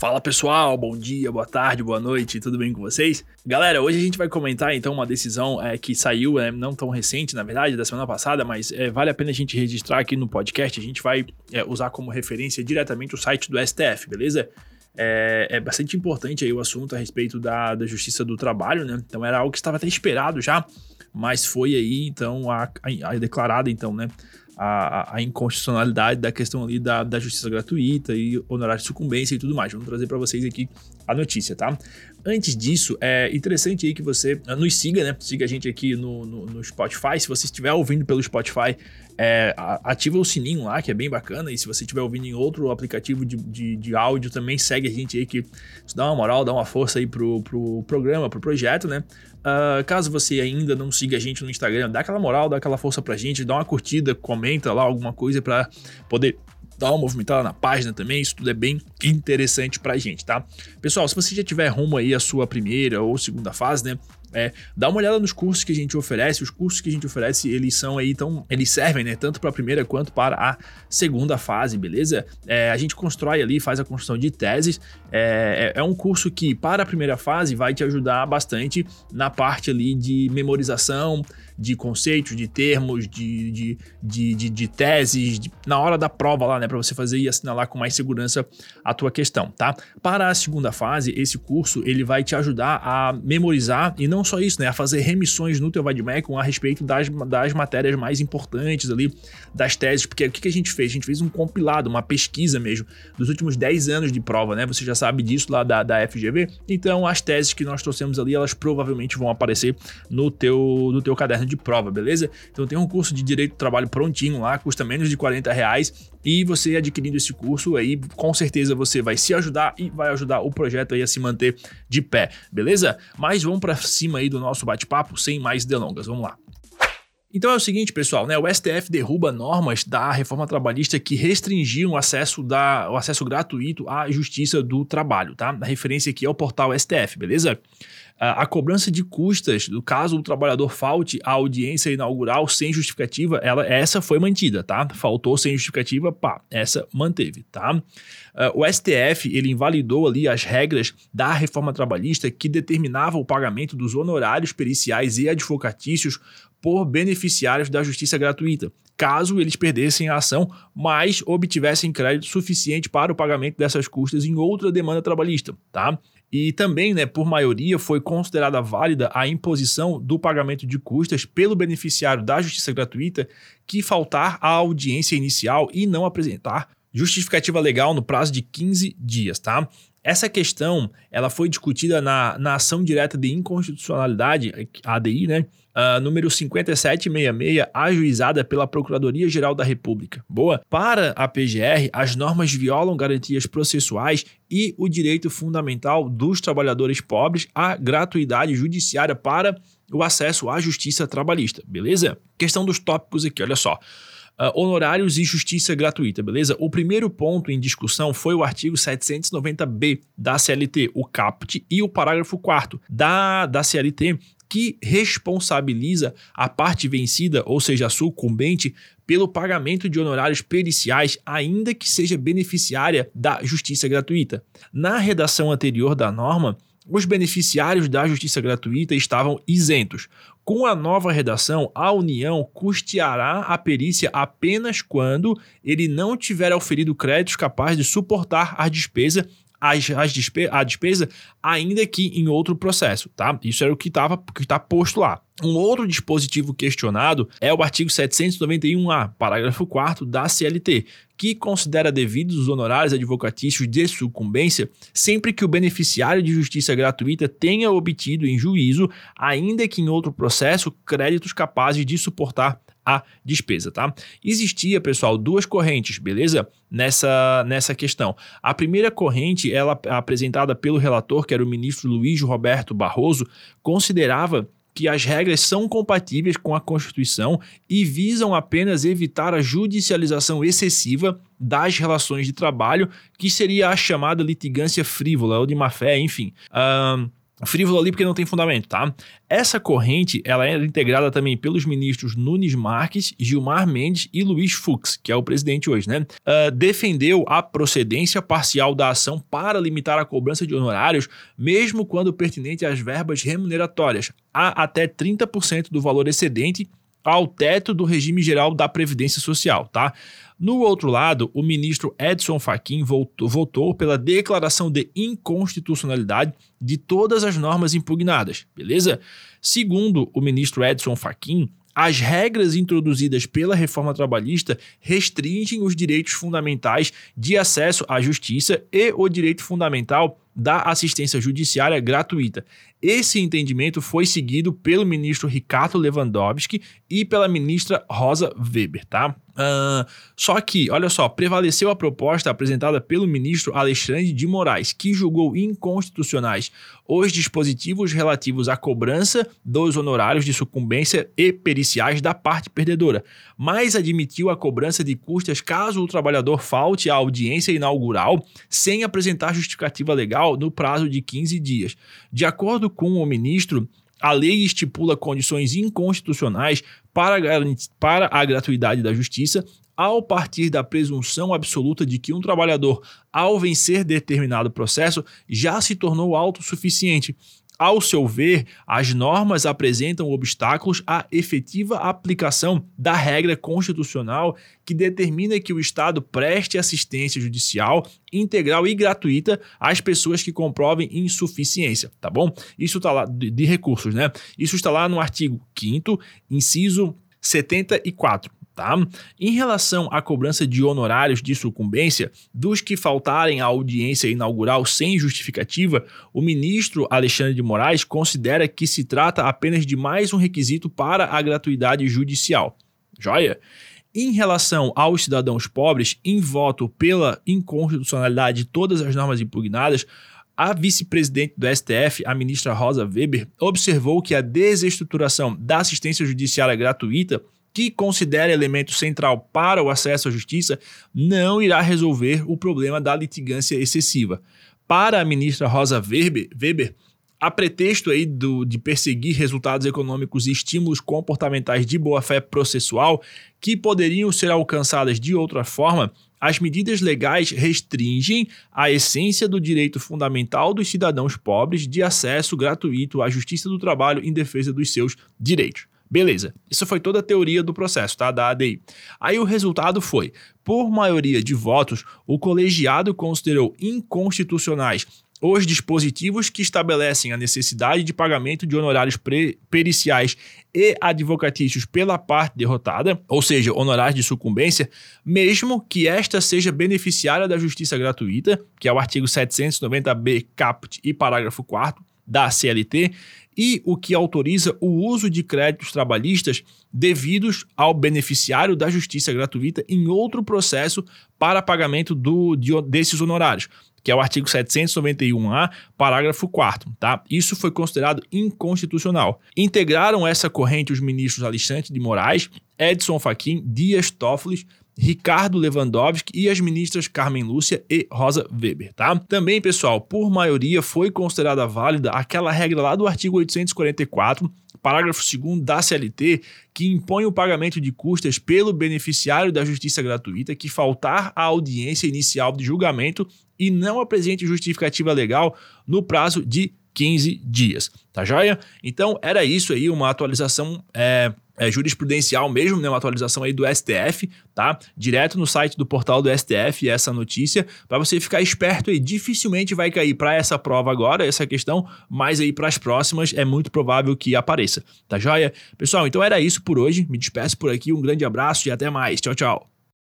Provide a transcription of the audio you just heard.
Fala pessoal, bom dia, boa tarde, boa noite, tudo bem com vocês? Galera, hoje a gente vai comentar então uma decisão que saiu, não tão recente na verdade, da semana passada, mas vale a pena a gente registrar aqui no podcast. A gente vai usar como referência diretamente o site do STF, beleza? É bastante importante aí o assunto a respeito da Justiça do Trabalho, né? Então era algo que estava até esperado já, mas foi aí então a declarada então, né? A inconstitucionalidade da questão ali da justiça gratuita e honorário de sucumbência e tudo mais. Vamos trazer para vocês aqui a notícia, tá? Antes disso, é interessante aí que você nos siga, né? Siga a gente aqui no Spotify. Se você estiver ouvindo pelo Spotify, ativa o sininho lá, que é bem bacana. E se você estiver ouvindo em outro aplicativo de áudio, também segue a gente aí, que isso dá uma moral, dá uma força aí pro programa, pro projeto, né? Caso você ainda não siga a gente no Instagram, dá aquela moral, dá aquela força pra gente, dá uma curtida, comenta lá alguma coisa pra poder dar uma movimentada na página também. Isso tudo é bem interessante pra gente, tá? Pessoal, se você já tiver rumo aí à sua primeira ou segunda fase, né? Dá uma olhada nos cursos que a gente oferece. Os cursos que a gente oferece, eles são aí, então, eles servem, né, tanto para a primeira quanto para a segunda fase, beleza? A gente constrói ali, faz a construção de teses. É um curso que, para a primeira fase, vai te ajudar bastante na parte ali de memorização, de conceitos, de termos, de teses, na hora da prova lá, né, para você fazer e assinalar com mais segurança a tua questão, tá? Para a segunda fase, esse curso, ele vai te ajudar a memorizar, e não só isso, né, a fazer remissões no teu Vademecum a respeito das matérias mais importantes ali, das teses, porque o que a gente fez? A gente fez um compilado, uma pesquisa mesmo, dos últimos 10 anos de prova, né, você já sabe disso lá da FGV, então as teses que nós trouxemos ali, elas provavelmente vão aparecer no teu caderno de prova, beleza? Então tem um curso de Direito do Trabalho prontinho lá, custa menos de R$40, e você adquirindo esse curso aí, com certeza você vai se ajudar e vai ajudar o projeto aí a se manter de pé, beleza? Mas vamos para cima aí do nosso bate-papo, sem mais delongas, vamos lá. Então é o seguinte, pessoal, né? O STF derruba normas da reforma trabalhista que restringiam o acesso gratuito à justiça do trabalho, tá? A referência aqui é o portal STF, beleza? A cobrança de custas, no caso o trabalhador falte à audiência inaugural sem justificativa, essa foi mantida, tá? Faltou sem justificativa, essa manteve, tá? O STF, ele invalidou ali as regras da reforma trabalhista que determinava o pagamento dos honorários periciais e advocatícios por beneficiários da justiça gratuita, caso eles perdessem a ação, mas obtivessem crédito suficiente para o pagamento dessas custas em outra demanda trabalhista, tá? E também, né, por maioria, foi considerada válida a imposição do pagamento de custas pelo beneficiário da justiça gratuita que faltar à audiência inicial e não apresentar justificativa legal no prazo de 15 dias, tá? Essa questão, ela foi discutida na ação direta de inconstitucionalidade, ADI, né? Número 5766, ajuizada pela Procuradoria-Geral da República. Boa? Para a PGR, as normas violam garantias processuais e o direito fundamental dos trabalhadores pobres à gratuidade judiciária para o acesso à justiça trabalhista, beleza? Questão dos tópicos aqui, olha só. Honorários e justiça gratuita, beleza? O primeiro ponto em discussão foi o artigo 790B da CLT, o caput, e o parágrafo 4º da CLT, que responsabiliza a parte vencida, ou seja, a sucumbente, pelo pagamento de honorários periciais, ainda que seja beneficiária da justiça gratuita. Na redação anterior da norma, os beneficiários da justiça gratuita estavam isentos. Com a nova redação, a União custeará a perícia apenas quando ele não tiver auferido créditos capazes de suportar a despesa, ainda que em outro processo, tá? Isso era o que está posto lá. Um outro dispositivo questionado é o artigo 791A, parágrafo 4º da CLT, que considera devidos os honorários advocatícios de sucumbência sempre que o beneficiário de justiça gratuita tenha obtido em juízo, ainda que em outro processo, créditos capazes de suportar a despesa, tá? Existia, pessoal, duas correntes, beleza? Nessa questão. A primeira corrente, ela apresentada pelo relator, que era o ministro Luiz Roberto Barroso, considerava que as regras são compatíveis com a Constituição e visam apenas evitar a judicialização excessiva das relações de trabalho, que seria a chamada litigância frívola ou de má-fé, enfim. frívolo ali porque não tem fundamento, tá? Essa corrente, ela era integrada também pelos ministros Nunes Marques, Gilmar Mendes e Luiz Fux, que é o presidente hoje, né? Defendeu a procedência parcial da ação para limitar a cobrança de honorários, mesmo quando pertinente às verbas remuneratórias, a até 30% do valor excedente ao teto do regime geral da Previdência Social, tá? No outro lado, o ministro Edson Fachin votou pela declaração de inconstitucionalidade de todas as normas impugnadas, beleza? Segundo o ministro Edson Fachin, as regras introduzidas pela reforma trabalhista restringem os direitos fundamentais de acesso à justiça e o direito fundamental da assistência judiciária gratuita. Esse entendimento foi seguido pelo ministro Ricardo Lewandowski e pela ministra Rosa Weber, tá? Só que, olha só, prevaleceu a proposta apresentada pelo ministro Alexandre de Moraes, que julgou inconstitucionais os dispositivos relativos à cobrança dos honorários de sucumbência e periciais da parte perdedora, mas admitiu a cobrança de custas caso o trabalhador falte à audiência inaugural sem apresentar justificativa legal no prazo de 15 dias. De acordo com o ministro, a lei estipula condições inconstitucionais para a gratuidade da justiça ao partir da presunção absoluta de que um trabalhador, ao vencer determinado processo, já se tornou autossuficiente. Ao seu ver, as normas apresentam obstáculos à efetiva aplicação da regra constitucional que determina que o Estado preste assistência judicial integral e gratuita às pessoas que comprovem insuficiência, tá bom? Isso está lá de recursos, né? Isso está lá no artigo 5º, inciso 74. Tá? Em relação à cobrança de honorários de sucumbência dos que faltarem à audiência inaugural sem justificativa, o ministro Alexandre de Moraes considera que se trata apenas de mais um requisito para a gratuidade judicial. Joia? Em relação aos cidadãos pobres, em voto pela inconstitucionalidade de todas as normas impugnadas, a vice-presidente do STF, a ministra Rosa Weber, observou que a desestruturação da assistência judiciária gratuita, que considera elemento central para o acesso à justiça, não irá resolver o problema da litigância excessiva. Para a ministra Rosa Weber, a pretexto aí de perseguir resultados econômicos e estímulos comportamentais de boa-fé processual que poderiam ser alcançadas de outra forma, as medidas legais restringem a essência do direito fundamental dos cidadãos pobres de acesso gratuito à justiça do trabalho em defesa dos seus direitos. Beleza, isso foi toda a teoria do processo, tá? Da ADI. Aí o resultado foi, por maioria de votos, o colegiado considerou inconstitucionais os dispositivos que estabelecem a necessidade de pagamento de honorários periciais e advocatícios pela parte derrotada, ou seja, honorários de sucumbência, mesmo que esta seja beneficiária da justiça gratuita, que é o artigo 790b caput e parágrafo 4º da CLT, e o que autoriza o uso de créditos trabalhistas devidos ao beneficiário da justiça gratuita em outro processo para pagamento desses honorários, que é o artigo 791A, parágrafo 4º, tá? Isso foi considerado inconstitucional. Integraram essa corrente os ministros Alexandre de Moraes, Edson Fachin, Dias Toffoli, Ricardo Lewandowski e as ministras Carmen Lúcia e Rosa Weber, tá? Também, pessoal, por maioria foi considerada válida aquela regra lá do artigo 844, parágrafo 2º da CLT, que impõe o pagamento de custas pelo beneficiário da justiça gratuita que faltar à audiência inicial de julgamento e não apresente justificativa legal no prazo de 15 dias, tá joia? Então, era isso aí, uma atualização jurisprudencial mesmo, né? Uma atualização aí do STF, tá? Direto no site do portal do STF, essa notícia, para você ficar esperto aí. Dificilmente vai cair para essa prova agora, essa questão, mas aí para as próximas é muito provável que apareça, tá joia? Pessoal, então era isso por hoje. Me despeço por aqui, um grande abraço e até mais. Tchau, tchau.